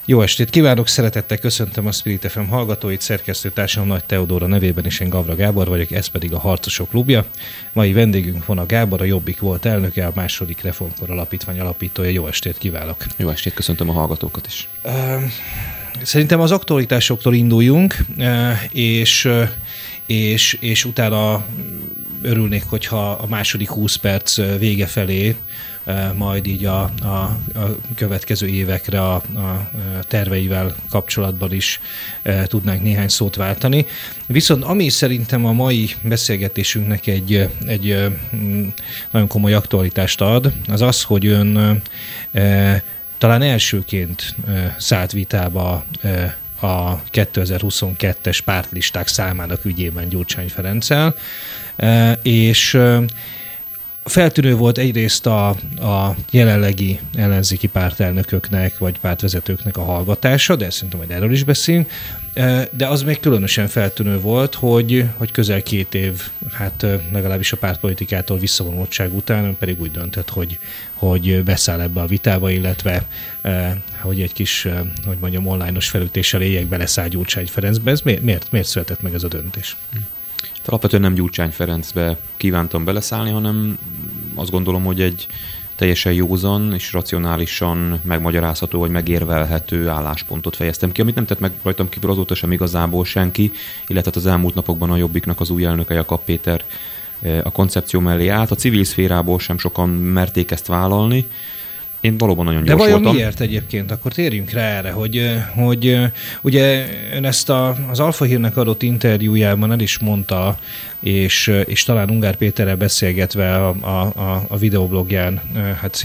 Jó estét kívánok, szeretettel köszöntöm a Spirit FM hallgatóit, szerkesztőtársam Nagy Teodóra nevében is, én Gavra Gábor vagyok, ez pedig a Harcosok Klubja. Mai vendégünk van a Gábor, a Jobbik volt elnöke, a második Reformkor Alapítvány alapítója. Jó estét kívánok! Jó estét, köszöntöm a hallgatókat is! Szerintem az aktualitásoktól induljunk, és utána örülnék, hogyha a második 20 perc vége felé majd így a következő évekre a terveivel kapcsolatban is tudnánk néhány szót váltani. Viszont ami szerintem a mai beszélgetésünknek egy nagyon komoly aktualitást ad, az az, hogy ön talán elsőként szállt vitába a 2022-es pártlisták számának ügyében Gyurcsány Ferenccel, és feltűnő volt egyrészt a jelenlegi ellenzéki pártelnököknek vagy pártvezetőknek a hallgatása, de szerintem majd erről is beszélünk, de az még különösen feltűnő volt, hogy közel 2 év, hát legalábbis a pártpolitikától visszavonultság után ön pedig úgy döntött, hogy beszáll ebbe a vitába, illetve hogy egy kis, hogy mondjam, online-os felütéssel éljek beleszáll Gyurcsány Ferencbe. Ez miért született meg ez a döntés? Alapvetően nem Gyurcsány Ferencbe kívántam beleszállni, hanem azt gondolom, hogy egy teljesen józan és racionálisan megmagyarázható vagy megérvelhető álláspontot fejeztem ki, amit nem tett meg rajtam kívül azóta sem igazából senki, illetve az elmúlt napokban a Jobbiknak az új elnöke, Jakab Péter a koncepció mellé állt. A civil szférából sem sokan merték ezt vállalni. Én valóban nagyon gyors voltam. De vajon miért egyébként? Akkor térjünk rá erre, hogy ugye ön ezt az Alfa Hírnek adott interjújában el is mondta, és talán Ungár Péterrel beszélgetve a videoblogján hát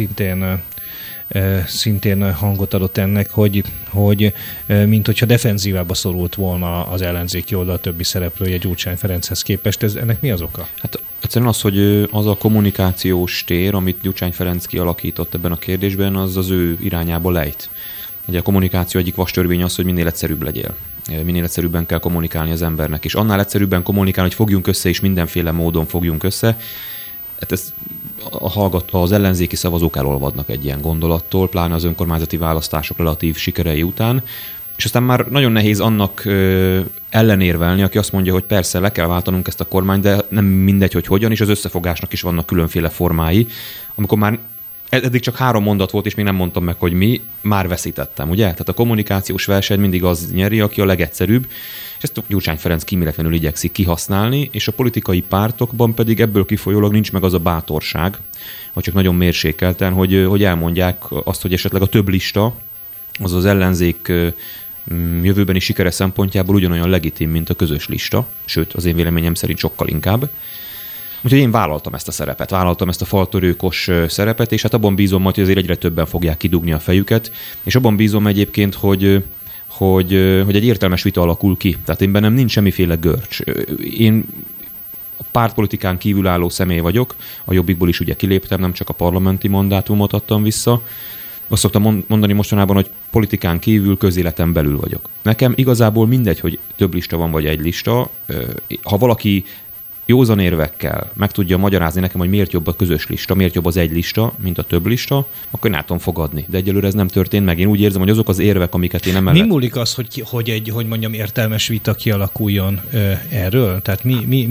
szintén hangot adott ennek, hogy mint hogyha defenzívába szorult volna az ellenzéki oldal többi szereplője Gyurcsány Ferenchez képest. Ennek mi az oka? Hát egyszerűen az, hogy az a kommunikációs tér, amit Gyurcsány Ferenc kialakított ebben a kérdésben, az ő irányába lejt. Ugye a kommunikáció egyik vastörvény az, hogy minél egyszerűbb legyél. Minél egyszerűbben kell kommunikálni az embernek. És annál egyszerűbben kommunikálni, hogy fogjunk össze, és mindenféle módon fogjunk össze. Hát ez az ellenzéki szavazók elolvadnak egy ilyen gondolattól, pláne az önkormányzati választások relatív sikerei után. És aztán már nagyon nehéz annak ellenérvelni, aki azt mondja, hogy persze le kell váltanunk ezt a kormányt, de nem mindegy, hogy hogyan, és az összefogásnak is vannak különféle formái. Amikor már eddig csak 3 mondat volt, és még nem mondtam meg, hogy mi, már veszítettem, ugye? Tehát a kommunikációs verseny mindig az nyeri, aki a legegyszerűbb, és ezt Gyurcsány Ferenc kíméletlenül igyekszik kihasználni, és a politikai pártokban pedig ebből kifolyólag nincs meg az a bátorság, vagy csak nagyon mérsékelten, hogy elmondják azt, hogy esetleg a több lista, az ellenzék jövőbeni sikere szempontjából ugyanolyan legitim, mint a közös lista, sőt, az én véleményem szerint sokkal inkább. Úgyhogy én vállaltam ezt a szerepet, vállaltam ezt a faltörőkos szerepet, és hát abban bízom majd, hogy azért egyre többen fogják kidugni a fejüket, és abban bízom egyébként, hogy egy értelmes vita alakul ki. Tehát én bennem nincs semmiféle görcs. Én a pártpolitikán kívülálló személy vagyok, a Jobbikból is ugye kiléptem, nem csak a parlamenti mandátumot adtam vissza. Azt szoktam mondani mostanában, hogy politikán kívül, közéleten belül vagyok. Nekem igazából mindegy, hogy több lista van, vagy egy lista. Ha valaki józan érvekkel meg tudja magyarázni nekem, hogy miért jobb a közös lista, miért jobb az egy lista, mint a több lista, akkor én át tudom fogadni. De egyelőre ez nem történt meg. Én úgy érzem, hogy azok az érvek, amiket én emellett... Mi múlik az, hogy egy értelmes vita kialakuljon erről? Tehát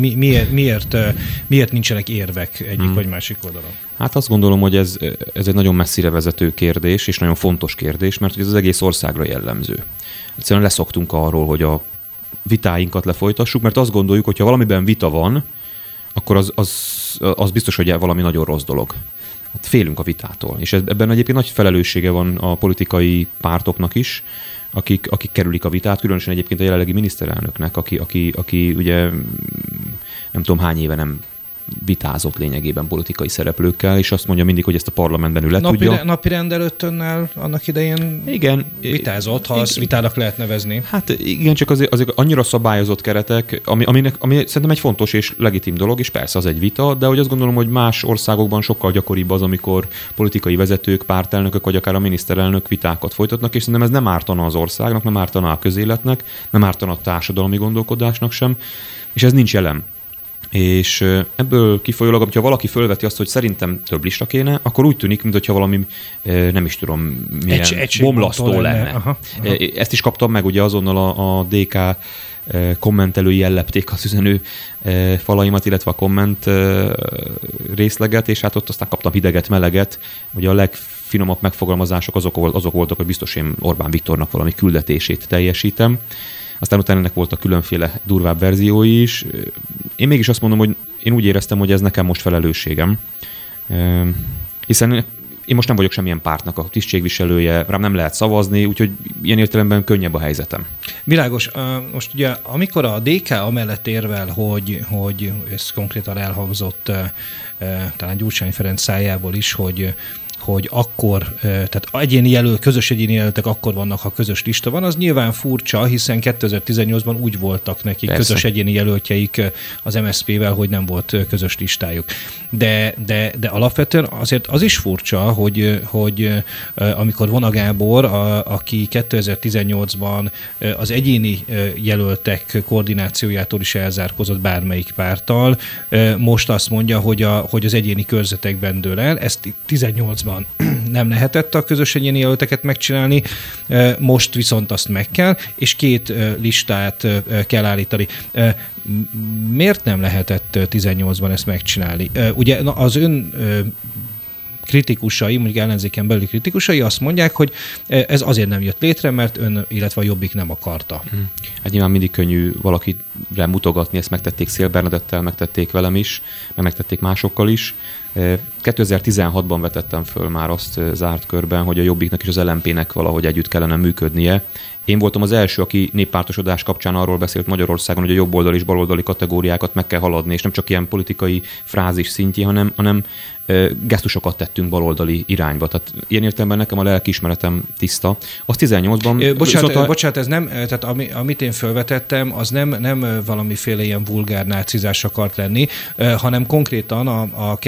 miért nincsenek érvek egyik vagy másik oldalon? Hát azt gondolom, hogy ez egy nagyon messzire vezető kérdés, és nagyon fontos kérdés, mert ez az egész országra jellemző. Egyszerűen leszoktunk arról, hogy a vitáinkat lefolytassuk, mert azt gondoljuk, hogy ha valamiben vita van, akkor az biztos, hogy valami nagyon rossz dolog. Hát félünk a vitától. És ebben egyébként nagy felelőssége van a politikai pártoknak is, akik kerülik a vitát, különösen egyébként a jelenlegi miniszterelnöknek, aki ugye nem tudom hány éve nem vitázott lényegében politikai szereplőkkel, és azt mondja mindig, hogy ezt a parlamentben ő tudja. Napirend előtt önnel annak idején igen, vitázott, ha azt vitának lehet nevezni. Hát igen, csak azért annyira szabályozott keretek, ami szerintem egy fontos és legitim dolog, és persze az egy vita, de hogy azt gondolom, hogy más országokban sokkal gyakoribb az, amikor politikai vezetők, pártelnökök, vagy akár a miniszterelnök vitákat folytatnak, és szerintem ez nem ártana az országnak, nem ártana a közéletnek, nem ártana a társadalmi gondolkodásnak sem, és ez nincs jelen És ebből kifolyólag, hogyha valaki fölveti azt, hogy szerintem több lista kéne, akkor úgy tűnik, mintha valami, nem is tudom, milyen bomlasztó lenne. Aha. Ezt is kaptam meg, ugye azonnal a DK kommentelői ellepték az üzenő falaimat, illetve a komment részleget, és hát ott aztán kaptam hideget, meleget. Ugye a legfinomabb megfogalmazások azok voltak, hogy biztos én Orbán Viktornak valami küldetését teljesítem. Aztán utána ennek voltak különféle durvább verziói is. Én mégis azt mondom, hogy én úgy éreztem, hogy ez nekem most felelősségem. Hiszen én most nem vagyok semmilyen pártnak a tisztségviselője, rám nem lehet szavazni, úgyhogy ilyen értelemben könnyebb a helyzetem. Világos. Most ugye, amikor a DK amellett érvel, hogy ez konkrétan elhangzott talán Gyurcsány Ferenc szájából is, hogy akkor, tehát közös egyéni jelöltek akkor vannak, ha közös lista van, az nyilván furcsa, hiszen 2018-ban úgy voltak nekik Persze. közös egyéni jelöltjeik az MSZP-vel, hogy nem volt közös listájuk. De alapvetően azért az is furcsa, hogy amikor Vona Gábor, aki 2018-ban az egyéni jelöltek koordinációjától is elzárkózott bármelyik párttal, most azt mondja, hogy az egyéni körzetekben dől el. Ezt 18-ban nem lehetett a közös egyéni jelölteket megcsinálni, most viszont azt meg kell, és 2 listát kell állítani. Miért nem lehetett 18-ban ezt megcsinálni? Ugye az ön kritikusai, mondjuk ellenzéken belüli kritikusai azt mondják, hogy ez azért nem jött létre, mert ön, illetve a Jobbik nem akarta. Hát nyilván mindig könnyű valakire mutogatni, ezt megtették Széll Bernadettel, megtették velem is, megtették másokkal is. 2016-ban vetettem föl már azt zárt körben, hogy a Jobbiknak és az LMP-nek valahogy együtt kellene működnie. Én voltam az első, aki néppártosodás kapcsán arról beszélt Magyarországon, hogy a jobboldali és baloldali kategóriákat meg kell haladni, és nem csak ilyen politikai frázis szintjén, hanem gesztusokat tettünk baloldali irányba. Tehát ilyen értelemben nekem a lelkiismeretem tiszta. Az 18-ban... Bocsánat, ez nem, tehát amit én felvetettem, az nem valamiféle ilyen vulgár nácizás akart lenni, hanem konkrétan a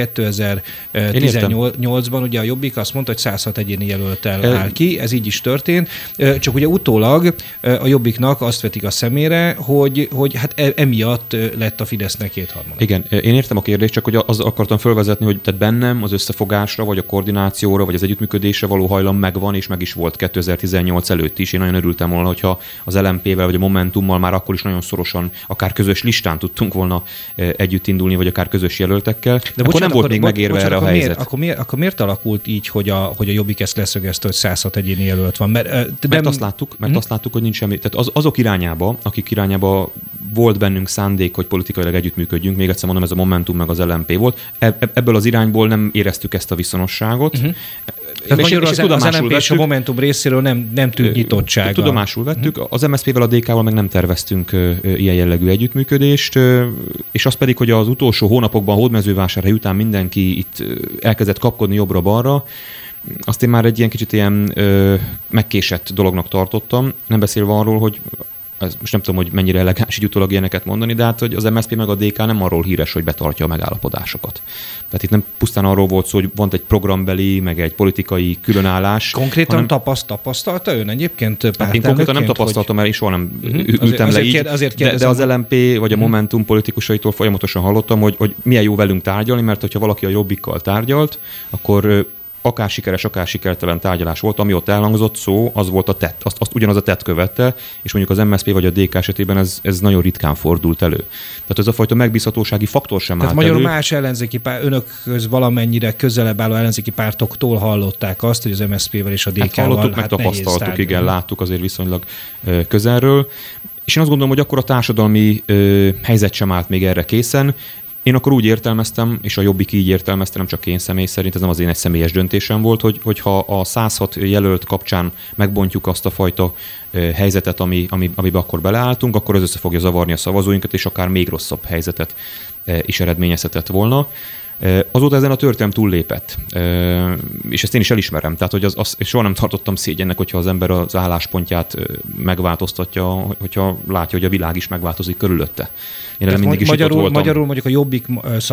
2018-ban ugye a Jobbik azt mondta, hogy 106 egyéni jelölttel áll ki, ez így is történt, csak ugye utólag a Jobbiknak azt vetik a szemére, hogy hát emiatt lett a Fidesznek 2/3. Igen, én értem a kérdést, csak hogy az akartam felvezetni, hogy tehát bennem az összefogásra, vagy a koordinációra, vagy az együttműködésre való hajlam megvan, és meg is volt 2018 előtt is. Én nagyon örültem volna, hogyha az LMP-vel, vagy a Momentummal már akkor is nagyon szorosan, akár közös listán tudtunk volna együtt indulni, vagy akár közös jelöltekkel. De akkor nem volt még megérve erre a helyzet. Akkor miért alakult így, hogy a Jobbik ezt leszögezte, hogy 106 egyéni jelölt van? Mert azt láttuk, hogy nincs semmi. Tehát azok irányába, akik irányába volt bennünk szándék, hogy politikailag együttműködjünk, még egyszer mondom, ez a Momentum meg az LMP volt. Ebből az irányból nem éreztük ezt a viszonosságot. Tehát magyarul az LMP és a Momentum részéről nem tűnt nyitottsága. Tudomásul vettük, az MSZP-vel, a DK-val meg nem terveztünk ilyen jellegű együttműködést, és az pedig, hogy az utolsó hónapokban Hódmezővásárhely után mindenki itt elkezdett kapkodni jobbra-balra, azt én már egy ilyen kicsit ilyen megkésett dolognak tartottam, nem beszélve arról, hogy most nem tudom, hogy mennyire elegáns így utólag ilyeneket mondani, de hát, hogy az MSZP meg a DK nem arról híres, hogy betartja a megállapodásokat. Tehát itt nem pusztán arról volt szó, hogy van egy programbeli, meg egy politikai különállás. Konkrétan tapasztalta ön egyébként? Hát én konkrétan nem tapasztaltam, mert én soha nem ültem le így, de az LMP vagy a Momentum politikusaitól folyamatosan hallottam, hogy milyen jó velünk tárgyalni, mert hogyha valaki a Jobbikkal tárgyalt, akkor akár sikeres, akár sikertelen tárgyalás volt, ami ott elhangzott szó, az volt a tett. Azt ugyanaz a tett követte, és mondjuk az MSZP vagy a DK esetében ez nagyon ritkán fordult elő. Tehát ez a fajta megbízhatósági faktor sem állt elő. Magyarul más ellenzéki önökhöz valamennyire közelebb álló ellenzéki pártoktól hallották azt, hogy az MSZP-vel és a DK-val hallottuk, meg tapasztaltuk, igen, láttuk azért viszonylag közelről. És én azt gondolom, hogy akkor a társadalmi helyzet sem állt még erre készen. Én akkor úgy értelmeztem, és a Jobbik így értelmezte, nem csak én személy szerint, ez nem az én egy személyes döntésem volt, hogy ha a 106 jelölt kapcsán megbontjuk azt a fajta helyzetet, amiben akkor beleálltunk, akkor ez össze fogja zavarni a szavazóinkat, és akár még rosszabb helyzetet is eredményezhetett volna. Azóta ezen a történelem túllépett, és ezt én is elismerem. Tehát, hogy soha nem tartottam szégyennek, hogyha az ember az álláspontját megváltoztatja, hogyha látja, hogy a világ is megváltozik körülötte. Magyarul mondjuk a Jobbik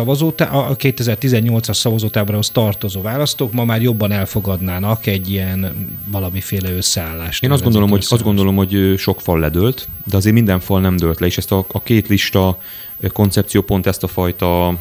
a 2018-as szavazótáborhoz tartozó választók ma már jobban elfogadnának egy ilyen valamiféle összeállást. Én azt gondolom, hogy sok fal ledőlt, de azért minden fal nem dőlt le, és ezt a két lista koncepció pont ezt a fajta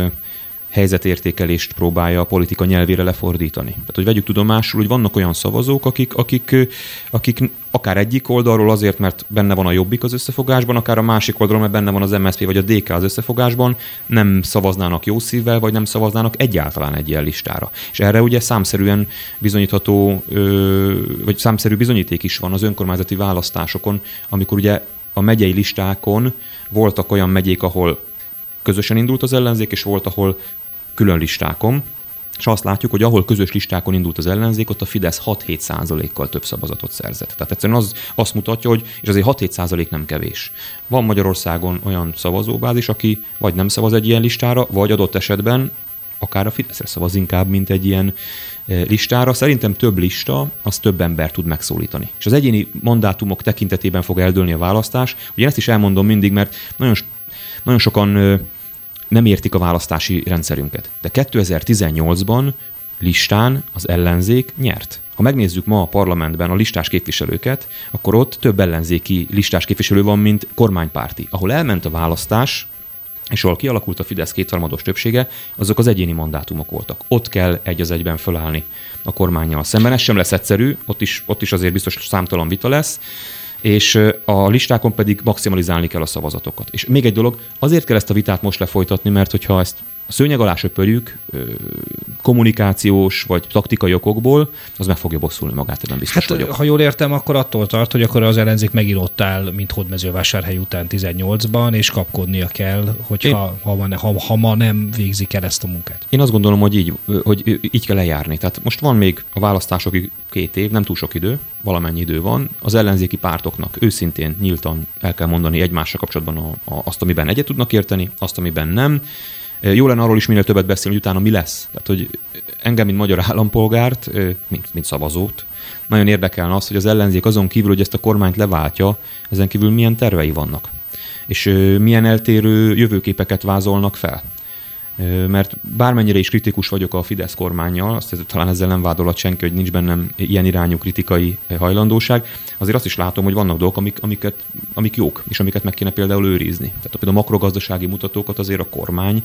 helyzetértékelést próbálja a politika nyelvére lefordítani. Tehát, hogy vegyük tudomásul, hogy vannak olyan szavazók, akik akár egyik oldalról azért, mert benne van a Jobbik az összefogásban, akár a másik oldalról, mert benne van az MSZP vagy a DK az összefogásban, nem szavaznának jó szívvel, vagy nem szavaznának egyáltalán egy ilyen listára. És erre ugye számszerűen bizonyítható, vagy számszerű bizonyíték is van az önkormányzati választásokon, amikor ugye a megyei listákon voltak olyan megyék, ahol közösen indult az ellenzék, és volt, ahol külön listákon, és azt látjuk, hogy ahol közös listákon indult az ellenzék, ott a Fidesz 6-7%-kal több szavazatot szerzett. Tehát egyszerűen azt mutatja, hogy és azért 6-7% nem kevés. Van Magyarországon olyan szavazóbázis, aki vagy nem szavaz egy ilyen listára, vagy adott esetben akár a Fideszre szavaz inkább, mint egy ilyen listára. Szerintem több lista, az több ember tud megszólítani. És az egyéni mandátumok tekintetében fog eldőlni a választás. Ugye én ezt is elmondom mindig, mert nagyon sokan nem értik a választási rendszerünket. De 2018-ban listán az ellenzék nyert. Ha megnézzük ma a parlamentben a listás képviselőket, akkor ott több ellenzéki listás képviselő van, mint kormánypárti. Ahol elment a választás, és ahol kialakult a Fidesz kétharmados többsége, azok az egyéni mandátumok voltak. Ott kell egy az egyben fölállni a kormánnyal szemben. Ez sem lesz egyszerű, ott is azért biztos számtalan vita lesz, és a listákon pedig maximalizálni kell a szavazatokat. És még egy dolog, azért kell ezt a vitát most lefolytatni, mert hogyha ezt a szőnyeg alá söpörjük kommunikációs vagy taktikai okokból, az meg fogja bosszulni magát, ebben biztos vagyok. Ha jól értem, akkor attól tart, hogy akkor az ellenzék megint ott áll, mint Hódmezővásárhely után 18-ban, és kapkodnia kell, ha ma nem végzik el ezt a munkát. Én azt gondolom, hogy így kell lejárni. Tehát most van még a választásokig 2 év, nem túl sok idő, valamennyi idő van. Az ellenzéki pártoknak őszintén, nyíltan el kell mondani egymással kapcsolatban azt, amiben egyet tudnak érteni, azt, amiben nem. Jó lenne arról is minél többet beszélni, hogy utána mi lesz. Tehát, hogy engem, mint magyar állampolgárt, mint szavazót, nagyon érdekelne az, hogy az ellenzék azon kívül, hogy ezt a kormányt leváltja, ezen kívül milyen tervei vannak. És milyen eltérő jövőképeket vázolnak fel. Mert bármennyire is kritikus vagyok a Fidesz kormánnyal, azt talán ezzel nem vádolhat senki, hogy nincs bennem ilyen irányú kritikai hajlandóság, azért azt is látom, hogy vannak dolgok, amik jók, és amiket meg kéne például őrizni. Tehát például a makrogazdasági mutatókat azért a kormány,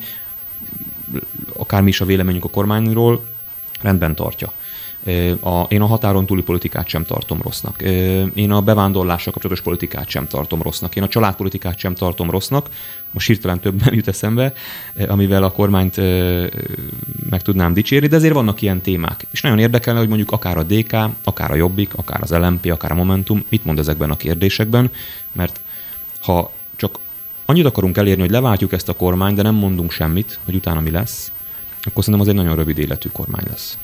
akármi is a véleményünk a kormányról, rendben tartja. Én a határon túli politikát sem tartom rossznak. Én a bevándorlással kapcsolatos politikát sem tartom rossznak. Én a családpolitikát sem tartom rossznak. Most hirtelen több nem jut eszembe, amivel a kormányt meg tudnám dicsérni, de azért vannak ilyen témák. És nagyon érdekelne, hogy mondjuk akár a DK, akár a Jobbik, akár az LMP, akár a Momentum mit mond ezekben a kérdésekben, mert ha csak annyit akarunk elérni, hogy leváltjuk ezt a kormányt, de nem mondunk semmit, hogy utána mi lesz, akkor szerintem az egy nagyon rövid életű kormány lesz.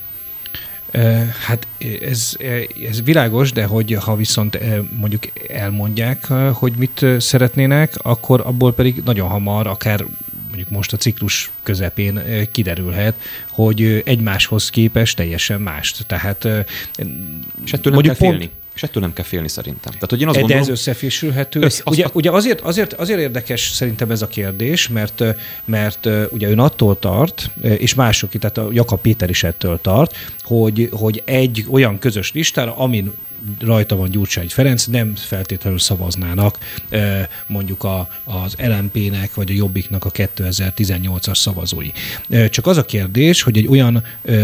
Hát ez világos, de ha viszont mondjuk elmondják, hogy mit szeretnének, akkor abból pedig nagyon hamar, akár mondjuk most a ciklus közepén kiderülhet, hogy egymáshoz képest teljesen mást. Tehát, és ettől nem kell félni. És ettől nem kell félni szerintem. Tehát, hogy én azt gondolom, ez összefésülhető. Ugye azért érdekes szerintem ez a kérdés, mert ugye ön attól tart, és mások, tehát a Jakab Péter is ettől tart, hogy egy olyan közös listára, amin rajta van Gyurcsány Ferenc, nem feltétlenül szavaznának mondjuk az LMP-nek vagy a Jobbiknak a 2018-as szavazói. Csak az a kérdés, hogy egy olyan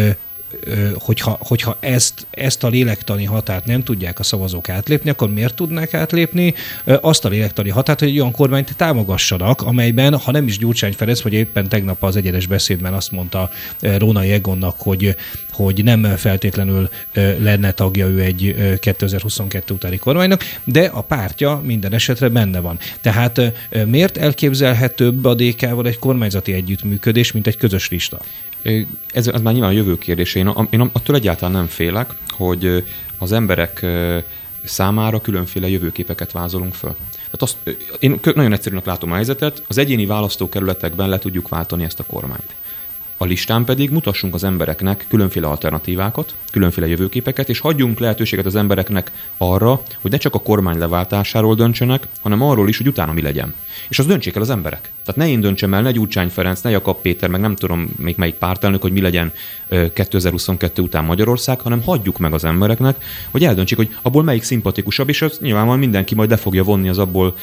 hogyha ezt a lélektani határt nem tudják a szavazók átlépni, akkor miért tudnák átlépni azt a lélektani határt, hogy egy olyan kormányt támogassanak, amelyben, ha nem is Gyurcsány Ferenc, vagy éppen tegnap az egyenes beszédben azt mondta Rónai Egonnak, hogy nem feltétlenül lenne tagja ő egy 2022 utáni kormánynak, de a pártja minden esetre benne van. Tehát miért elképzelhetőbb a DK-val egy kormányzati együttműködés, mint egy közös lista? Ez már nyilván a jövő kérdése. Én attól egyáltalán nem félek, hogy az emberek számára különféle jövőképeket vázolunk föl. Tehát én nagyon egyszerűnek látom a helyzetet, az egyéni választókerületekben le tudjuk váltani ezt a kormányt. A listán pedig mutassunk az embereknek különféle alternatívákat, különféle jövőképeket, és hagyjunk lehetőséget az embereknek arra, hogy ne csak a kormány leváltásáról döntsenek, hanem arról is, hogy utána mi legyen. És azt döntsék el az emberek. Tehát ne én döntsem el, ne Gyurcsány Ferenc, ne Jakab Péter, meg nem tudom még melyik pártelnök, hogy mi legyen 2022 után Magyarország, hanem hagyjuk meg az embereknek, hogy eldöntsék, hogy abból melyik szimpatikusabb, és az nyilvánvalóan mindenki majd le fogja vonni az abból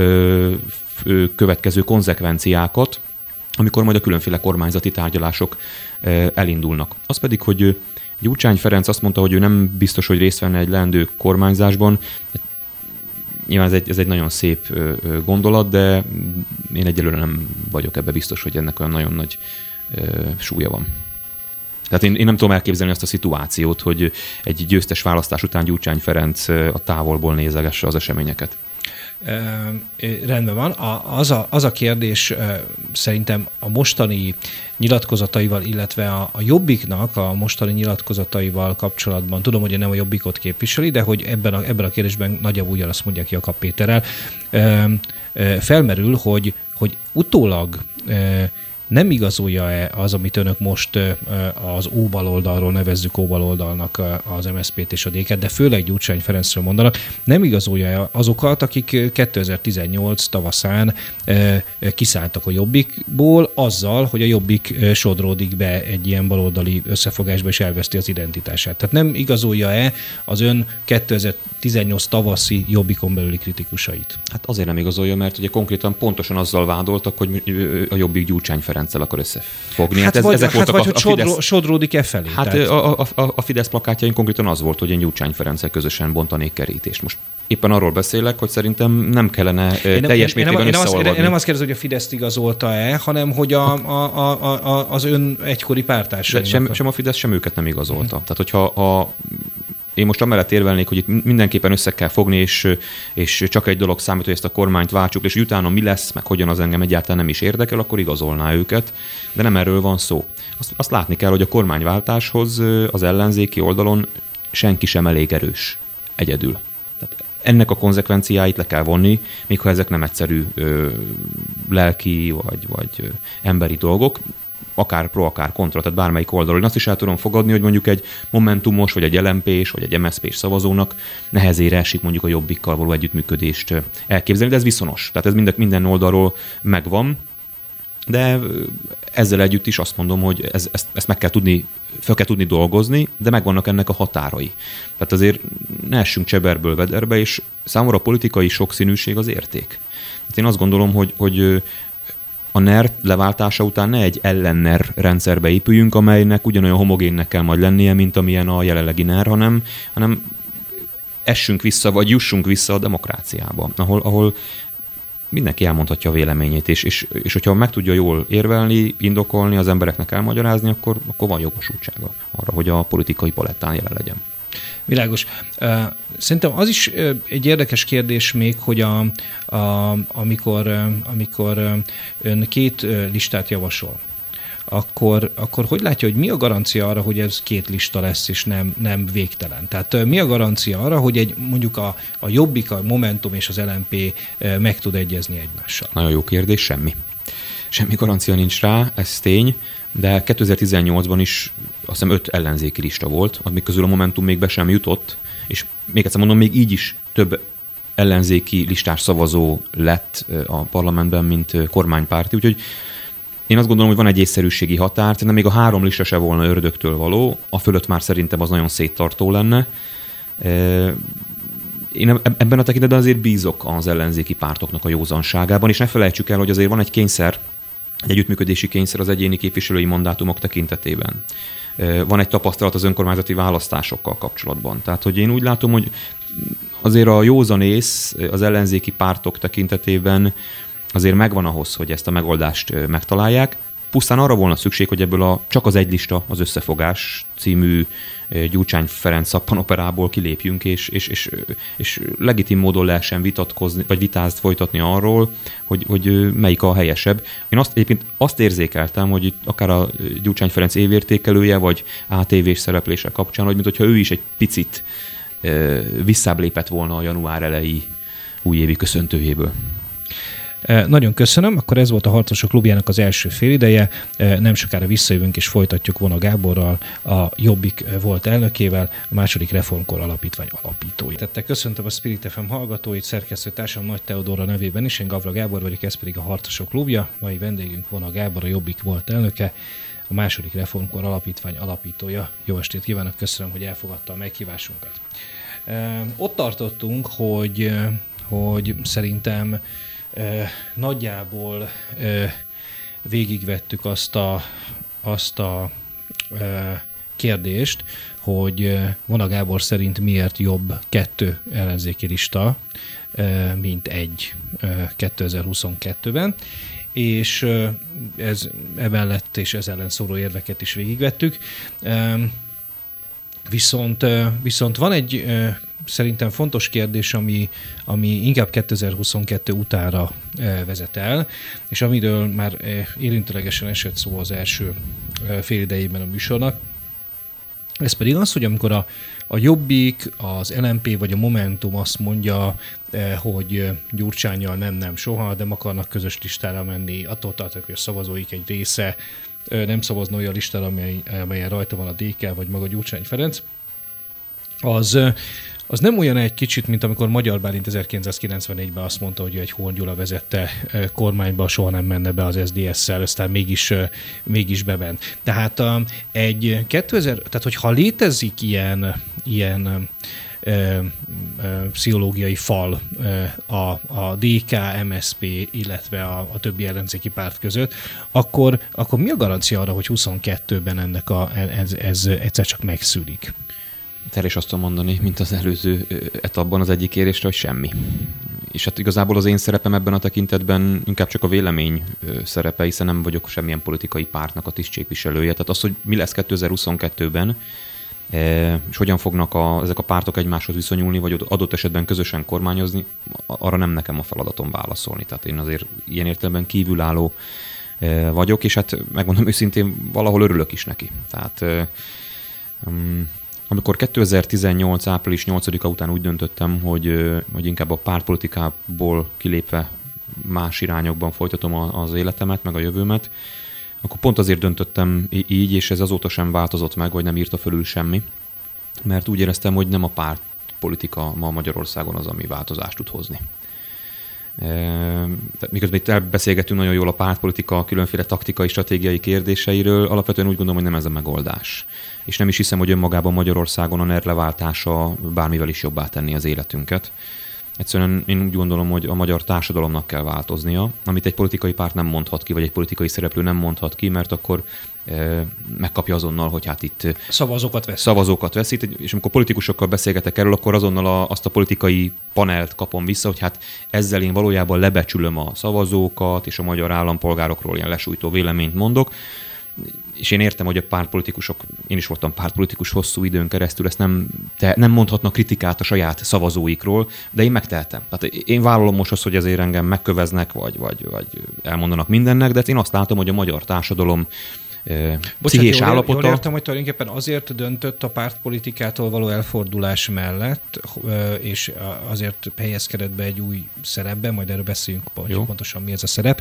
következő konzekvenciákat, amikor majd a különféle kormányzati tárgyalások elindulnak. Az pedig, hogy Gyurcsány Ferenc azt mondta, hogy ő nem biztos, hogy részt venne egy leendő kormányzásban. Nyilván ez egy nagyon szép gondolat, de én egyelőre nem vagyok ebbe biztos, hogy ennek olyan nagyon nagy súlya van. Tehát én nem tudom elképzelni azt a szituációt, hogy egy győztes választás után Gyurcsány Ferenc a távolból nézegesse az eseményeket. Rendben van. Az a kérdés szerintem a mostani nyilatkozataival, illetve a Jobbiknak a mostani nyilatkozataival kapcsolatban, tudom, hogy nem a Jobbikot képviseli, de hogy ebben a kérdésben nagyjából ugyanazt mondják Jakab Péterrel, felmerül, hogy utólag nem igazolja-e az, amit önök most az óbaloldalról nevezzük óbaloldalnak az MSZP-t és a DK-t, de főleg Gyurcsány Ferencről mondanak, nem igazolja azokat, akik 2018 tavaszán kiszálltak a Jobbikból azzal, hogy a Jobbik sodródik be egy ilyen baloldali összefogásba és elveszti az identitását. Tehát nem igazolja-e az ön 2018 tavaszi Jobbikon belüli kritikusait? Hát azért nem igazolja, mert ugye konkrétan pontosan azzal vádoltak, hogy a Jobbik Gyurcsány Ferenccel akar összefogni. Ezek voltak hogy Fidesz... sodródik-e felé? Hát tehát... a Fidesz plakátjain konkrétan az volt, hogy én Gyurcsány Ferenccel közösen bontanék kerítést. Most éppen arról beszélek, hogy szerintem nem kellene teljes mértékben összeolvadni. Én nem azt kérdezem, hogy a Fideszt igazolta-e, hanem hogy az ön egykori pártársainak. Sem a Fidesz, sem őket nem igazolta. Tehát hogyha én most amellett érvelnék, hogy itt mindenképpen össze kell fogni, és csak egy dolog számít, hogy ezt a kormányt váltsuk, és hogy utána mi lesz, meg hogyan az engem egyáltalán nem is érdekel, akkor igazolná őket. De nem erről van szó. Azt látni kell, hogy a kormányváltáshoz az ellenzéki oldalon senki sem elég erős egyedül. Tehát ennek a konzekvenciáit le kell vonni, még ha ezek nem egyszerű lelki vagy emberi dolgok, akár pro, akár kontra, tehát bármelyik oldalról. Én azt is el tudom fogadni, hogy mondjuk egy Momentumos, vagy egy LMP-s, vagy egy MSZP-s szavazónak nehezére esik mondjuk a Jobbikkal való együttműködést elképzelni, de ez viszonos. Tehát ez minden oldalról megvan, de ezzel együtt is azt mondom, hogy ezt meg kell tudni, fel kell tudni dolgozni, de megvannak ennek a határai. Tehát azért ne essünk cseberből vederbe, és számomra a politikai sokszínűség az érték. Tehát én azt gondolom, hogy a NER leváltása után ne egy ellen-NER rendszerbe épüljünk, amelynek ugyanolyan homogénnek kell majd lennie, mint amilyen a jelenlegi NER, hanem essünk vissza, vagy jussunk vissza a demokráciába, ahol mindenki elmondhatja a véleményét, és hogyha meg tudja jól érvelni, indokolni, az embereknek elmagyarázni, akkor van jogosultsága arra, hogy a politikai palettán jelen legyen. Világos. Szerintem az is egy érdekes kérdés még, hogy amikor ön két listát javasol, akkor hogy látja, hogy mi a garancia arra, hogy ez két lista lesz, és nem végtelen? Tehát mi a garancia arra, hogy mondjuk a Jobbik, a Momentum és az LMP meg tud egyezni egymással? Nagyon jó kérdés, semmi. Semmi garancia nincs rá, ez tény, de 2018-ban is azt hiszem 5 ellenzéki lista volt, amik közül a Momentum még be sem jutott, és még egyszer mondom, még így is több ellenzéki listás szavazó lett a parlamentben, mint kormánypárti, úgyhogy én azt gondolom, hogy van egy észszerűségi határ, de még a 3 lista se volna ördögtől való, a fölött már szerintem az nagyon széttartó lenne. Én ebben a tekintetben azért bízok az ellenzéki pártoknak a józanságában, és ne felejtsük el, hogy azért van egy kényszer, egy együttműködési kényszer az egyéni képviselői mandátumok tekintetében. Van egy tapasztalat az önkormányzati választásokkal kapcsolatban. Tehát, hogy én úgy látom, hogy azért a józanész az ellenzéki pártok tekintetében azért megvan ahhoz, hogy ezt a megoldást megtalálják. Pusztán arra volna szükség, hogy ebből csak az egy lista, az Összefogás című Gyurcsány Ferenc szappanoperából kilépjünk, és legitim módon lehessen vitatkozni, vagy vitázt folytatni arról, hogy melyik a helyesebb. Én egyébként azt érzékeltem, hogy itt akár a Gyurcsány Ferenc évértékelője, vagy ATV-s szereplése kapcsán, hogy mintha ő is egy picit visszább lépett volna a január elejé újévi köszöntőjéből. Nagyon köszönöm, akkor ez volt a Harcosok Klubjának az első félideje. Nem sokára visszajövünk és folytatjuk Vona Gáborral, a Jobbik volt elnökével, a második Reformkor Alapítvány alapítói. Köszöntöm a Spirit FM hallgatóit, szerkesztőtársam Nagy Teodóra nevében is, én Gavra Gábor vagyok, ez pedig a Harcosok Klubja. Mai vendégünk Vona Gábor, a Jobbik volt elnöke, a második Reformkor Alapítvány alapítója. Jó estét kívánok, köszönöm, hogy elfogadta a meghívásunkat. Ott tartottunk, hogy szerintem nagyjából végigvettük azt a kérdést, hogy Vona Gábor szerint miért jobb 2 ellenzéki lista, mint 1 2022-ben, és ez emellett és ez ellen szóló érveket is végigvettük. Viszont van egy szerintem fontos kérdés, ami inkább 2022 utára vezet el, és amiről már érintőlegesen esett szó az első fél idejében a műsornak. Ez pedig az, hogy amikor a Jobbik, az LMP vagy a Momentum azt mondja, hogy Gyurcsánnyal nem soha, de akarnak közös listára menni, attól tartok, hogy a szavazóik egy része nem szavazna olyan listára, amelyen rajta van a DK vagy maga Gyurcsány Ferenc, az nem olyan egy kicsit, mint amikor Magyar Bálint 1994-ben azt mondta, hogy egy Horn Gyula vezette kormányba, soha nem menne be az SZDSZ-szel, aztán mégis bement. Tehát tehát hogyha létezik ilyen pszichológiai fal a DK, MSZP, illetve a többi ellenzéki párt között, akkor mi a garancia arra, hogy 22-ben ez egyszer csak megszűnik? Erre is azt tudom mondani, mint az előző etapban az egyik kérésre, hogy semmi. És hát igazából az én szerepem ebben a tekintetben inkább csak a vélemény szerepe, hiszen nem vagyok semmilyen politikai pártnak a tisztségviselője. Tehát az, hogy mi lesz 2022-ben, és hogyan fognak ezek a pártok egymáshoz viszonyulni, vagy adott esetben közösen kormányozni, arra nem nekem a feladatom válaszolni. Tehát én azért ilyen értelemben kívülálló vagyok, és hát megmondom őszintén, valahol örülök is neki. Tehát amikor 2018. április 8-a után úgy döntöttem, hogy inkább a pártpolitikából kilépve más irányokban folytatom az életemet, meg a jövőmet, akkor pont azért döntöttem így, és ez azóta sem változott meg, vagy nem írta fölül semmi, mert úgy éreztem, hogy nem a pártpolitika ma Magyarországon az, ami változást tud hozni. Miközben itt elbeszélgetünk nagyon jól a pártpolitika különféle taktikai, stratégiai kérdéseiről, alapvetően úgy gondolom, hogy nem ez a megoldás. És nem is hiszem, hogy önmagában Magyarországon a NER leváltása bármivel is jobbá tenni az életünket. Egyszerűen én úgy gondolom, hogy a magyar társadalomnak kell változnia, amit egy politikai párt nem mondhat ki, vagy egy politikai szereplő nem mondhat ki, mert akkor megkapja azonnal, hogy hát itt szavazókat veszít, és amikor politikusokkal beszélgetek erről, akkor azonnal azt a politikai panelt kapom vissza, hogy hát ezzel én valójában lebecsülöm a szavazókat, és a magyar állampolgárokról ilyen lesújtó véleményt mondok. És én értem, hogy a pártpolitikusok, én is voltam pártpolitikus hosszú időn keresztül, ezt nem mondhatnak kritikát a saját szavazóikról, de én megtehetem. Tehát én vállalom most azt, hogy ezért engem megköveznek, vagy elmondanak mindennek, de én azt látom, hogy a magyar társadalom pszichés állapota. Jól értem, hogy tulajdonképpen azért döntött a pártpolitikától való elfordulás mellett, és azért helyezkedett be egy új szerepbe, majd erről beszéljünk, hogy pontosan mi ez a szerep,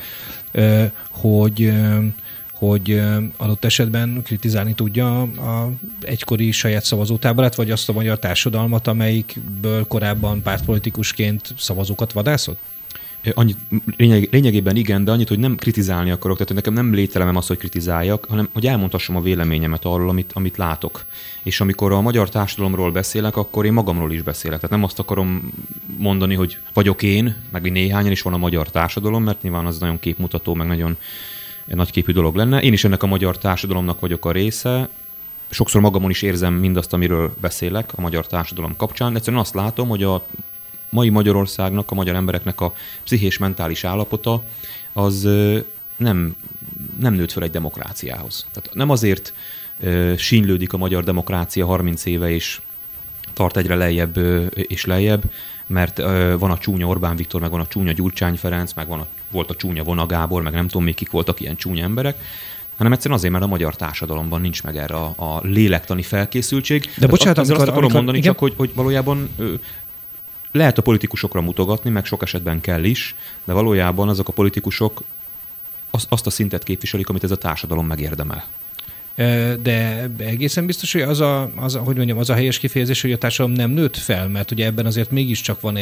hogy adott esetben kritizálni tudja a egykori saját szavazótáborát, vagy azt a magyar társadalmat, amelyikből korábban pártpolitikusként szavazókat vadászott? Lényegében igen, de annyit, hogy nem kritizálni akarok, tehát nekem nem lételemem az, hogy kritizáljak, hanem hogy elmondhassam a véleményemet arról, amit látok. És amikor a magyar társadalomról beszélek, akkor én magamról is beszélek. Tehát nem azt akarom mondani, hogy vagyok én, meg néhányan is van a magyar társadalom, mert nyilván az nagyon képmutató, meg nagyon nagyképű dolog lenne. Én is ennek a magyar társadalomnak vagyok a része. Sokszor magamon is érzem mindazt, amiről beszélek a magyar társadalom kapcsán. Egyszerűen azt látom, hogy a mai Magyarországnak, a magyar embereknek a pszichés mentális állapota az nem nőtt fel egy demokráciához. Tehát nem azért sínylődik a magyar demokrácia 30 éve, és tart egyre lejjebb és lejjebb, mert van a csúnya Orbán Viktor, meg van a csúnya Gyurcsány Ferenc, meg volt a csúnya Vona Gábor, meg nem tudom még kik voltak ilyen csúnya emberek, hanem egyszerűen azért, mert a magyar társadalomban nincs meg erre a lélektani felkészültség. De bocsánat, azt akarom mondani, igen? Csak hogy valójában lehet a politikusokra mutogatni, meg sok esetben kell is, de valójában azok a politikusok azt a szintet képviselik, amit ez a társadalom megérdemel. De egészen biztos, hogy az a helyes kifejezés, hogy a társadalom nem nőtt fel, mert ugye ebben azért mégiscsak van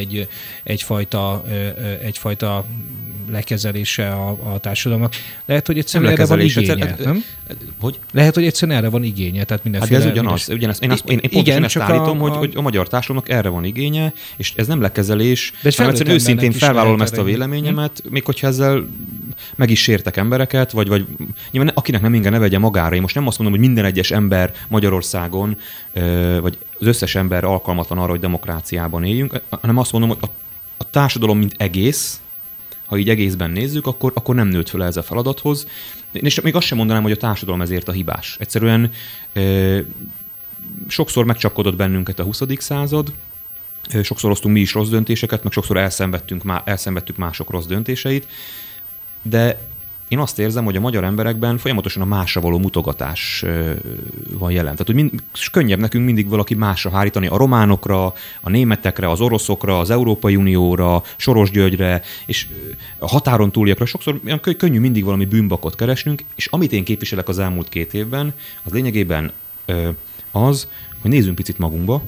egyfajta lekezelése a társadalomnak. Lehet, hogy egyszerűen erre van igénye, nem? Hogy? Lehet, hogy egyszerűen erre van igénye. Tehát mindenféle... Hát de ez ugyanaz. Én pontosan ezt állítom, hogy a magyar társadalomnak erre van igénye, és ez nem lekezelés. De egyszerűen őszintén felvállalom ezt a véleményemet, még hogyha ezzel meg is sértek embereket, vagy nyilván akinek nem inge ne vegye magára. Én most nem azt mondom, hogy minden egyes ember Magyarországon, vagy az összes ember alkalmatlan arra, hogy demokráciában éljünk, hanem azt mondom, hogy a társadalom mint egész, ha így egészben nézzük, akkor nem nőtt fel ez a feladathoz. És még azt sem mondanám, hogy a társadalom ezért a hibás. Egyszerűen sokszor megcsapkodott bennünket a 20. század, sokszor hoztunk mi is rossz döntéseket, meg sokszor elszenvedtük mások rossz döntéseit, de én azt érzem, hogy a magyar emberekben folyamatosan a másra való mutogatás van jelen. Tehát, hogy könnyebb nekünk mindig valaki másra hárítani, a románokra, a németekre, az oroszokra, az Európai Unióra, Soros Györgyre, és a határon túliakra. Sokszor könnyű mindig valami bűnbakot keresnünk, és amit én képviselek az elmúlt 2 évben, az lényegében az, hogy nézzünk picit magunkba,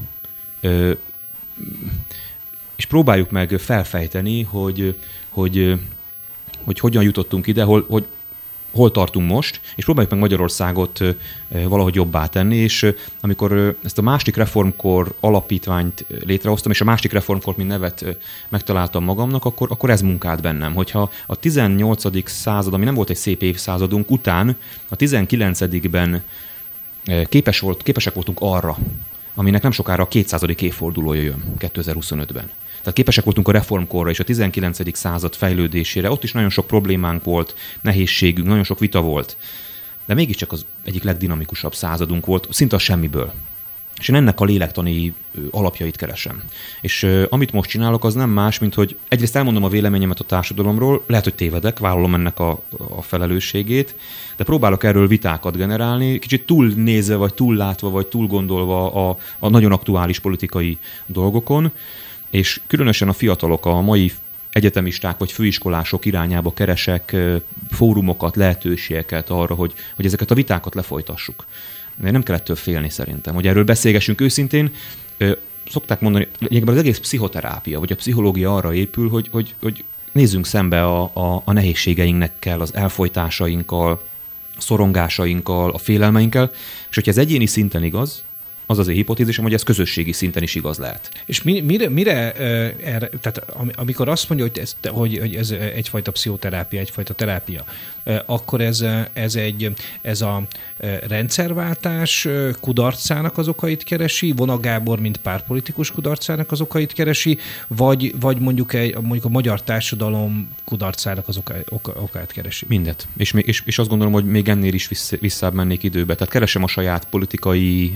és próbáljuk meg felfejteni, hogy hogyan jutottunk ide, hol tartunk most, és próbáljuk meg Magyarországot valahogy jobbá tenni, és amikor ezt a másik reformkor alapítványt létrehoztam, és a másik reformkor, mint nevet megtaláltam magamnak, akkor ez munkált bennem, hogyha a 18. század, ami nem volt egy szép évszázadunk, után a 19-ben képesek voltunk arra, aminek nem sokára a 200. évfordulója jön 2025-ben. Tehát képesek voltunk a reformkorra és a 19. század fejlődésére. Ott is nagyon sok problémánk volt, nehézségünk, nagyon sok vita volt. De mégiscsak az egyik legdinamikusabb századunk volt, szinte a semmiből. És én ennek a lélektani alapjait keresem. És amit most csinálok, az nem más, mint hogy egyrészt elmondom a véleményemet a társadalomról, lehet, hogy tévedek, vállalom ennek a felelősségét, de próbálok erről vitákat generálni, kicsit túlnézve, vagy túllátva, vagy túlgondolva a nagyon aktuális politikai dolgokon, és különösen a fiatalok, a mai egyetemisták vagy főiskolások irányába keresek fórumokat, lehetőségeket arra, hogy ezeket a vitákat lefolytassuk. Nem kell ettől félni szerintem, hogy erről beszélgessünk őszintén. Szokták mondani, lényegében az egész pszichoterápia, vagy a pszichológia arra épül, hogy nézzünk szembe a nehézségeinkkel, az elfojtásainkkal, a szorongásainkkal, a félelmeinkkel, és hogyha ez egyéni szinten igaz, az az én hipotézisem, hogy ez közösségi szinten is igaz lehet. És mire tehát amikor azt mondja, hogy ez egyfajta pszichoterápia, egyfajta terápia, akkor ez a rendszerváltás kudarcának az okait keresi, Vona Gábor, mint pártpolitikus kudarcának az okait keresi, vagy mondjuk a magyar társadalom kudarcának az okát keresi? Mindet. És azt gondolom, hogy még ennél is visszább mennék időbe. Tehát keresem a saját politikai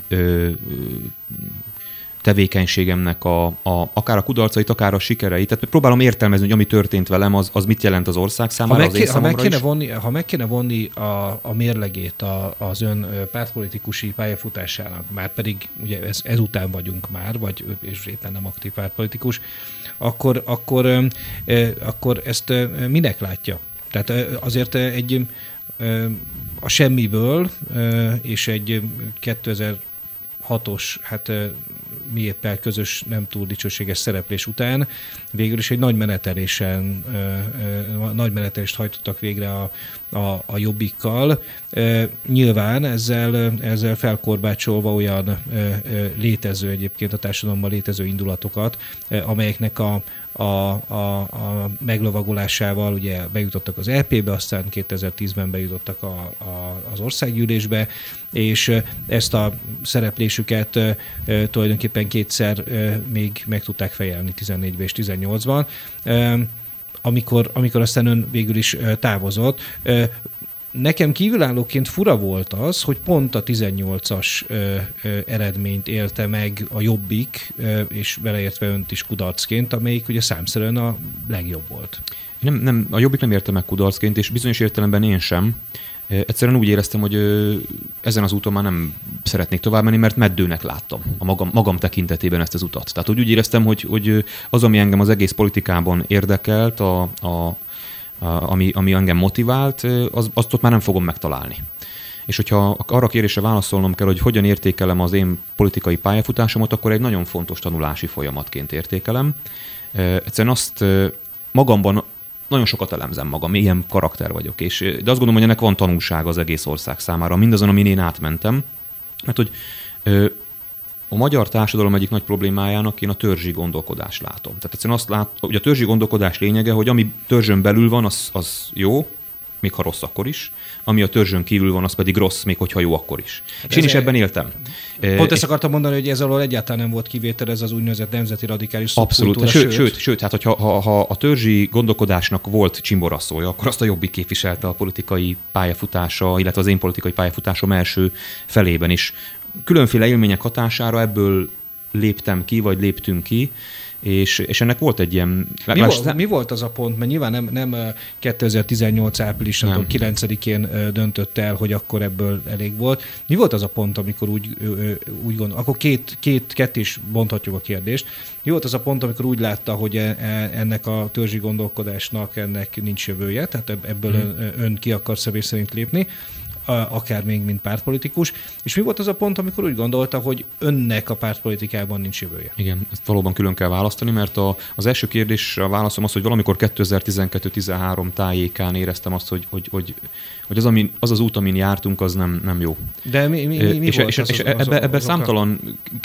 tevékenységemnek akár a kudarcait, akár a sikereit. Tehát próbálom értelmezni, hogy ami történt velem, az mit jelent az ország számára, Ha meg kéne vonni a mérlegét az ön pártpolitikusi pályafutásának, már pedig ugye ezután vagyunk már, és éppen nem aktív pártpolitikus, akkor ezt minek látja? Tehát azért a semmiből és egy 2006-os, mi éppen közös, nem túl dicsőséges szereplés után végül is egy nagy menetelést hajtottak végre a Jobbikkal. Nyilván ezzel felkorbácsolva olyan létező egyébként a társadalomban létező indulatokat, amelyeknek a meglovagolásával ugye bejutottak az EP-be, aztán 2010-ben bejutottak az országgyűlésbe, és ezt a szereplésüket tulajdonképpen kétszer még meg tudták fejelni 14-ben és 18-ban, amikor aztán ön végül is távozott. Nekem kívülállóként fura volt az, hogy pont a 18-as eredményt élte meg a Jobbik, és beleértve önt is kudarcként, amelyik ugye számszerűen a legjobb volt. A Jobbik nem érte meg kudarcként, és bizonyos értelemben én sem. Egyszerűen úgy éreztem, hogy ezen az úton már nem szeretnék tovább menni, mert meddőnek láttam a magam tekintetében ezt az utat. Tehát úgy éreztem, hogy az, ami engem az egész politikában érdekelt, ami engem motivált, azt ott már nem fogom megtalálni. És hogyha arra a kérdésre válaszolnom kell, hogy hogyan értékelem az én politikai pályafutásomat, akkor egy nagyon fontos tanulási folyamatként értékelem. Egyszerűen azt magamban nagyon sokat elemzem magam, ilyen karakter vagyok. De azt gondolom, hogy ennek van tanulsága az egész ország számára, mindazon, amin én átmentem. Mert hogy a magyar társadalom egyik nagy problémájának én a törzsi gondolkodást látom. Tehát egyszerűen azt látom, hogy a törzsi gondolkodás lényege, hogy ami törzsön belül van, az jó, még ha rossz akkor is. Ami a törzsön kívül van, az pedig rossz, még hogyha jó akkor is. És én is ebben éltem. Pont ezt akartam mondani, hogy ez alól egyáltalán nem volt kivétel, ez az úgynevezett nemzeti radikális szubkultúra. Abszolút. Sőt, hát ha a törzsi gondolkodásnak volt csimboraszója, akkor azt a Jobbik képviselte a politikai pályafutása, illetve az én politikai pályafutásom első felében is. Különféle élmények hatására ebből léptem ki, vagy léptünk ki, és ennek volt egy ilyen... Mi volt az a pont? Mert nyilván nem 2018 április 9-én döntött el, hogy akkor ebből elég volt. Mi volt az a pont, amikor úgy gondol? Akkor két is bonthatjuk a kérdést. Mi volt az a pont, amikor úgy látta, hogy ennek a törzsi gondolkodásnak ennek nincs jövője, tehát ebből ön ki akar személy szerint lépni, akár még mint pártpolitikus, és mi volt az a pont, amikor úgy gondolta, hogy önnek a pártpolitikában nincs jövője? Igen, ezt valóban külön kell választani, mert az első kérdésre a válaszom az, hogy valamikor 2012-13 tájékán éreztem azt, hogy az út, amin jártunk, az nem jó. De mi volt és ebbe számtalan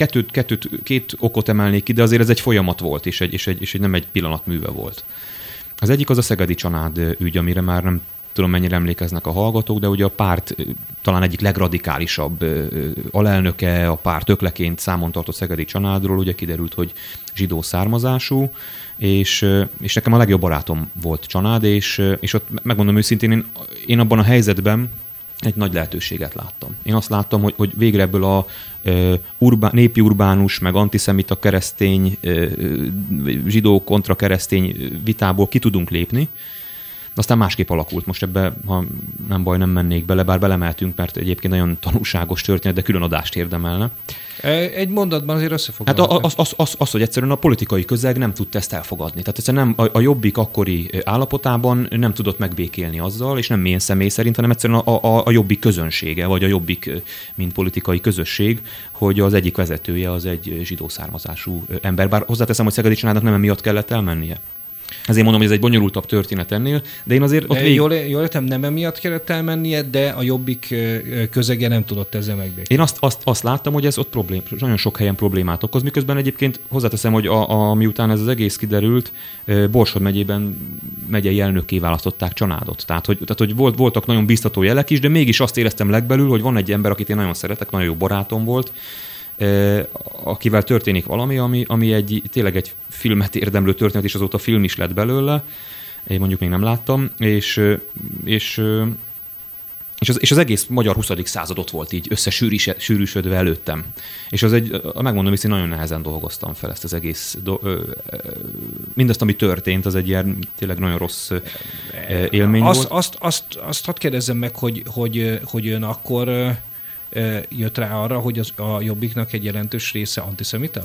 két okot emelnék ki, de azért ez egy folyamat volt, és egy nem egy pillanatműve volt. Az egyik az a szegedi csanád ügy, amire már nem tudom, mennyire emlékeznek a hallgatók, de ugye a párt talán egyik legradikálisabb alelnöke, a párt ökleként számon tartott szegedi családról, ugye kiderült, hogy zsidó származású, és nekem a legjobb barátom volt család, és ott megmondom őszintén, én abban a helyzetben egy nagy lehetőséget láttam. Én azt láttam, hogy végre ebből a népi urbánus, meg antiszemita keresztény, zsidó kontra keresztény vitából ki tudunk lépni. Aztán másképp alakult. Most ebbe, ha nem baj, nem mennék bele, bár belemeltünk, mert egyébként nagyon tanulságos történet, de külön adást érdemelne. Egy mondatban azért összefoglalni. Hát az, hogy egyszerűen a politikai közeg nem tudta ezt elfogadni. Tehát egyszerűen nem, a Jobbik akkori állapotában nem tudott megbékélni azzal, és nem én személy szerint, hanem egyszerűen a Jobbik közönsége, vagy a Jobbik, mint politikai közösség, hogy az egyik vezetője az egy zsidó származású ember. Bár hozzáteszem, hogy Szegedi családnak nem emiatt kellett elmennie. Ezért mondom, hogy ez egy bonyolultabb történet ennél, de én azért... Jól értem, nem emiatt kellett elmennie, de a Jobbik közege nem tudott ezzel megbékélni. Én azt láttam, hogy ez ott nagyon sok helyen problémát okoz, miközben egyébként hozzáteszem, hogy miután ez az egész kiderült, Borsod megyében megyei elnökké választották családot. Tehát, hogy voltak nagyon biztató jelek is, de mégis azt éreztem legbelül, hogy van egy ember, akit én nagyon szeretek, nagyon jó barátom volt, akivel történik valami, ami tényleg egy filmet érdemlő történet, és azóta film is lett belőle, én mondjuk még nem láttam, és az egész magyar 20. század ott volt így összesűrűsödve előttem. És megmondom, hogy én nagyon nehezen dolgoztam fel ezt az egész, mindazt, ami történt, az egy ilyen tényleg nagyon rossz élmény volt. Azt hadd kérdezzem meg, hogy ön akkor jött rá arra, hogy a Jobbiknak egy jelentős része antiszemita?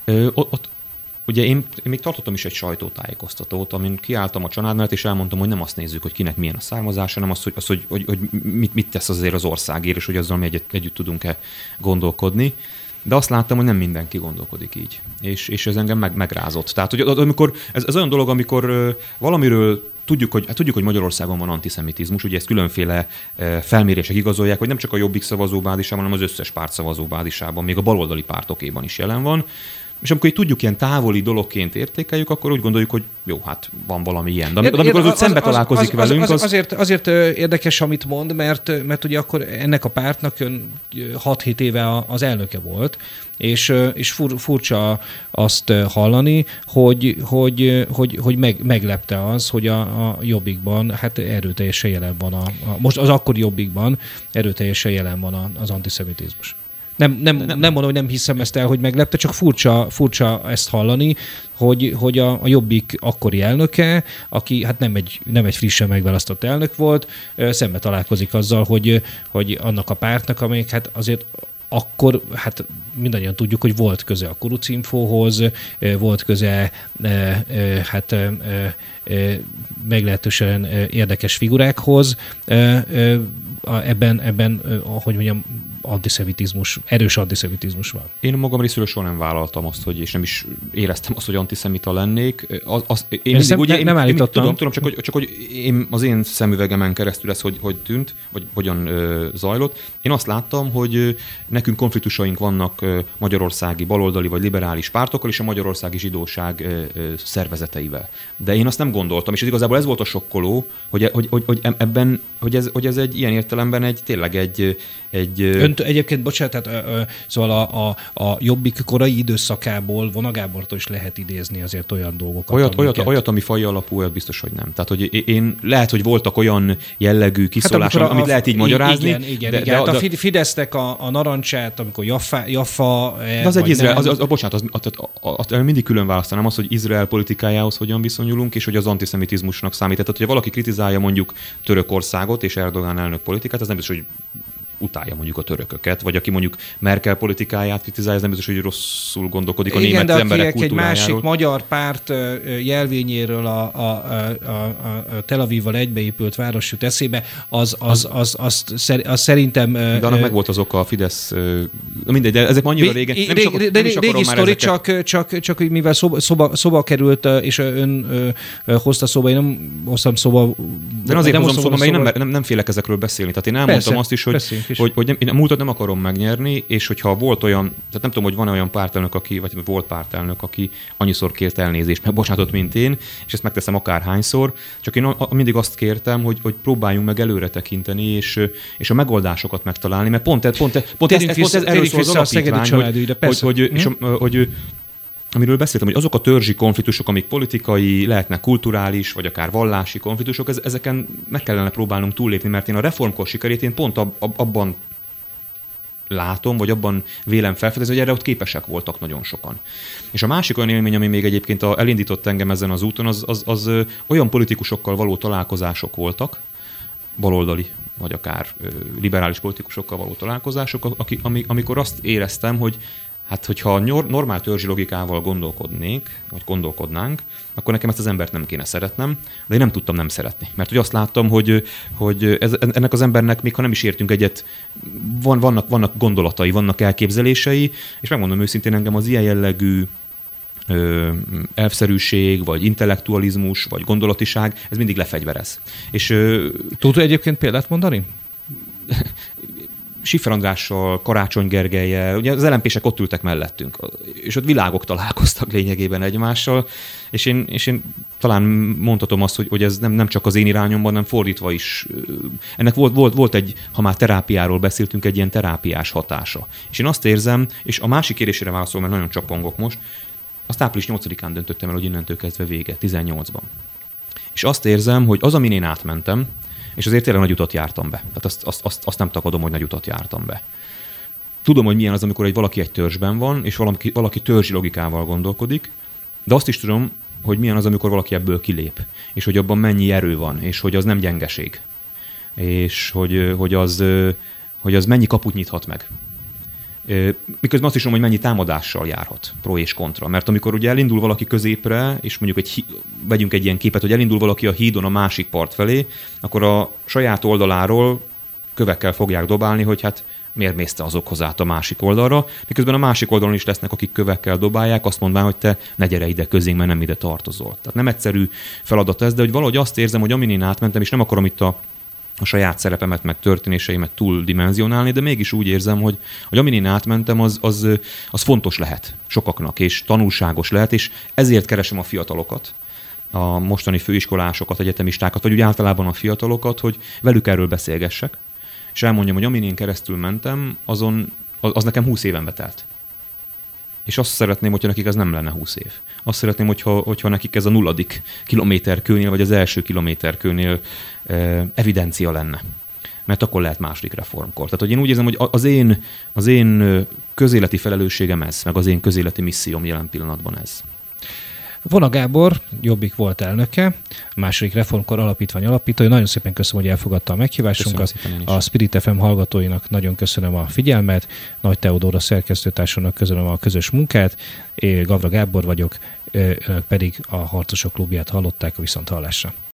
Ugye én még tartottam is egy sajtótájékoztatót, amin kiálltam a család mellett, és elmondtam, hogy nem azt nézzük, hogy kinek milyen a származása, hanem hogy mit tesz azért az országért, és hogy azzal mi együtt tudunk-e gondolkodni. De azt láttam, hogy nem mindenki gondolkodik így. És ez engem megrázott. Tehát, hogy amikor, ez olyan dolog, amikor valamiről tudjuk, hogy Magyarországon van antiszemitizmus, ugye ezt különféle felmérések igazolják, hogy nem csak a Jobbik szavazóbázisában, hanem az összes párt szavazóbázisában, még a baloldali pártokéban is jelen van. És amikor így tudjuk, ilyen távoli dologként értékeljük, akkor úgy gondoljuk, hogy jó, hát van valami ilyen. De amikor az úgy szembe találkozik velünk... Azért érdekes, amit mond, mert ugye akkor ennek a pártnak 6-7 éve az elnöke volt, és furcsa azt hallani, hogy meglepte az, hogy a Jobbikban hát erőteljesen jelen van most az akkori Jobbikban erőteljesen jelen van az antiszemitizmus. Nem mondom, hogy nem hiszem ezt el, hogy meglepte, csak furcsa ezt hallani, hogy a Jobbik akkori elnöke, aki hát nem egy frissen megválasztott elnök volt, szembe találkozik azzal, hogy annak a pártnak, amelyik hát azért akkor hát mindannyian tudjuk, hogy volt köze a Kurucinfóhoz, volt köze hát meglehetősen érdekes figurákhoz. Ebben, hogy mondjam, erős antiszemitizmus van. Én magam részéről soha nem vállaltam azt, és nem is éreztem azt, hogy antiszemita lennék. Nem állítottam. Tudom, csak hogy az én szemüvegemen keresztül ez hogy tűnt, vagy hogyan zajlott. Én azt láttam, hogy nekünk konfliktusaink vannak magyarországi baloldali vagy liberális pártokkal és a magyarországi zsidóság szervezeteivel. De én azt nem gondoltam, és igazából ez volt a sokkoló, hogy ez egy ilyen értelemben tényleg egy egyébként, bocsánat, tehát, szóval a Jobbik korai időszakából Vona Gábortól is lehet idézni azért olyan dolgokat. Olyat, ami faji alapú, olyat biztos, hogy nem. Tehát, hogy én lehet, hogy voltak olyan jellegű kiszólások, hát, amit lehet így magyarázni. Igen. De a Fidesznek a narancsát, amikor Jaffa... De az egy Izrael, bocsánat, mindig külön választanám azt, hogy Izrael politikájához hogyan viszonyulunk, és hogy az antiszemitizmusnak számít. Tehát, hogyha valaki kritizálja mondjuk Törökországot és Erdogán elnök politikát, az nem biztos, hogy utálja mondjuk a törököket, vagy aki mondjuk Merkel politikáját kritizálja, ez nem biztos, hogy rosszul gondolkodik a német emberek kultúrájáról. Egy másik magyar párt jelvényéről a Tel Avivval egybeépült város jut eszébe, az szerintem... De annak meg volt az oka, a Fidesz... Mindegy, de ezek annyira régen... Régi sztori, csak mivel szóba került, és ön hozta szóba, én nem hoztam szóba... De azért hozom szóba, mert én nem félek ezekről beszélni. Tehát én elmondtam azt is, hogy én a múltat nem akarom megnyerni, és hogyha volt olyan, tehát nem tudom, hogy van olyan pártelnök, vagy volt pártelnök, aki annyiszor kért elnézést, meg bocsánatot, mint én, és ezt megteszem akárhányszor, csak én mindig azt kértem, hogy próbáljunk meg előre tekinteni, és a megoldásokat megtalálni, mert pont erről szól az alapítvány, hogy amiről beszéltem, hogy azok a törzsi konfliktusok, amik politikai, lehetnek kulturális, vagy akár vallási konfliktusok, ezeken meg kellene próbálnunk túllépni, mert én a reformkor sikerét én pont abban látom, vagy abban vélem felfedezni, hogy erre ott képesek voltak nagyon sokan. És a másik olyan élmény, ami még egyébként elindított engem ezen az úton, az olyan politikusokkal való találkozások voltak, baloldali, vagy akár liberális politikusokkal való találkozások, amikor azt éreztem, hogy hát, hogyha normál törzsi logikával gondolkodnánk, akkor nekem ezt az embert nem kéne szeretnem, de én nem tudtam nem szeretni. Mert ugye azt láttam, hogy ennek az embernek, még ha nem is értünk egyet, vannak gondolatai, vannak elképzelései, és megmondom őszintén, engem az ilyen jellegű elfszerűség, vagy intellektualizmus, vagy gondolatiság, ez mindig lefegyverez. Tud egyébként példát mondani? Siffer Andrással, Karácsony Gergellyel, ugye az LMP-sek ott ültek mellettünk, és ott világok találkoztak lényegében egymással, és én talán mondhatom azt, hogy ez nem csak az én irányomban, hanem fordítva is. Ennek volt egy, ha már terápiáról beszéltünk, egy ilyen terápiás hatása. És én azt érzem, és a másik kérdésére válaszol, mert nagyon csapongok most, azt április 8-án döntöttem el, hogy innentől kezdve vége, 18-ban. És azt érzem, hogy az, amin én átmentem, és azért tényleg nagy utat jártam be. Tehát azt nem tagadom, hogy nagy utat jártam be. Tudom, hogy milyen az, amikor valaki egy törzsben van, és valaki törzsi logikával gondolkodik, de azt is tudom, hogy milyen az, amikor valaki ebből kilép, és hogy abban mennyi erő van, és hogy az nem gyengeség, és hogy az mennyi kaput nyithat meg. Miközben azt is tudom, hogy mennyi támadással járhat, pro és kontra. Mert amikor ugye elindul valaki középre, és mondjuk vegyünk egy ilyen képet, hogy elindul valaki a hídon a másik part felé, akkor a saját oldaláról kövekkel fogják dobálni, hogy hát miért mész te azokhoz át a másik oldalra, miközben a másik oldalon is lesznek, akik kövekkel dobálják, azt mondván, hogy te ne gyere ide közénk, mert nem ide tartozol. Tehát nem egyszerű feladat ez, de hogy valahogy azt érzem, hogy amin én átmentem, és nem akarom itt a saját szerepemet, meg történéseimet túl dimenzionálni, de mégis úgy érzem, hogy amin én átmentem, az fontos lehet sokaknak, és tanulságos lehet, és ezért keresem a fiatalokat, a mostani főiskolásokat, egyetemistákat, vagy úgy általában a fiatalokat, hogy velük erről beszélgessek, és elmondjam, hogy amin én keresztül mentem, az nekem 20 éven betelt. És azt szeretném, hogyha nekik ez nem lenne 20 év. Azt szeretném, hogyha nekik ez a 0. kilométerkőnél, vagy az első kilométerkőnél evidencia lenne. mert akkor lehet második reformkor. Tehát, hogy én úgy érzem, hogy az én közéleti felelősségem ez, meg az én közéleti misszióm jelen pillanatban ez. Vona Gábor, Jobbik volt elnöke, a második reformkor alapítvány alapítója. Nagyon szépen köszönöm, hogy elfogadta a meghívásunkat. A Spirit FM hallgatóinak nagyon köszönöm a figyelmet, Nagy Teodóra szerkesztőtársamnak köszönöm a közös munkát. Én Gavra Gábor vagyok, önök pedig a Harcosok Klubját hallották, a viszonthallásra.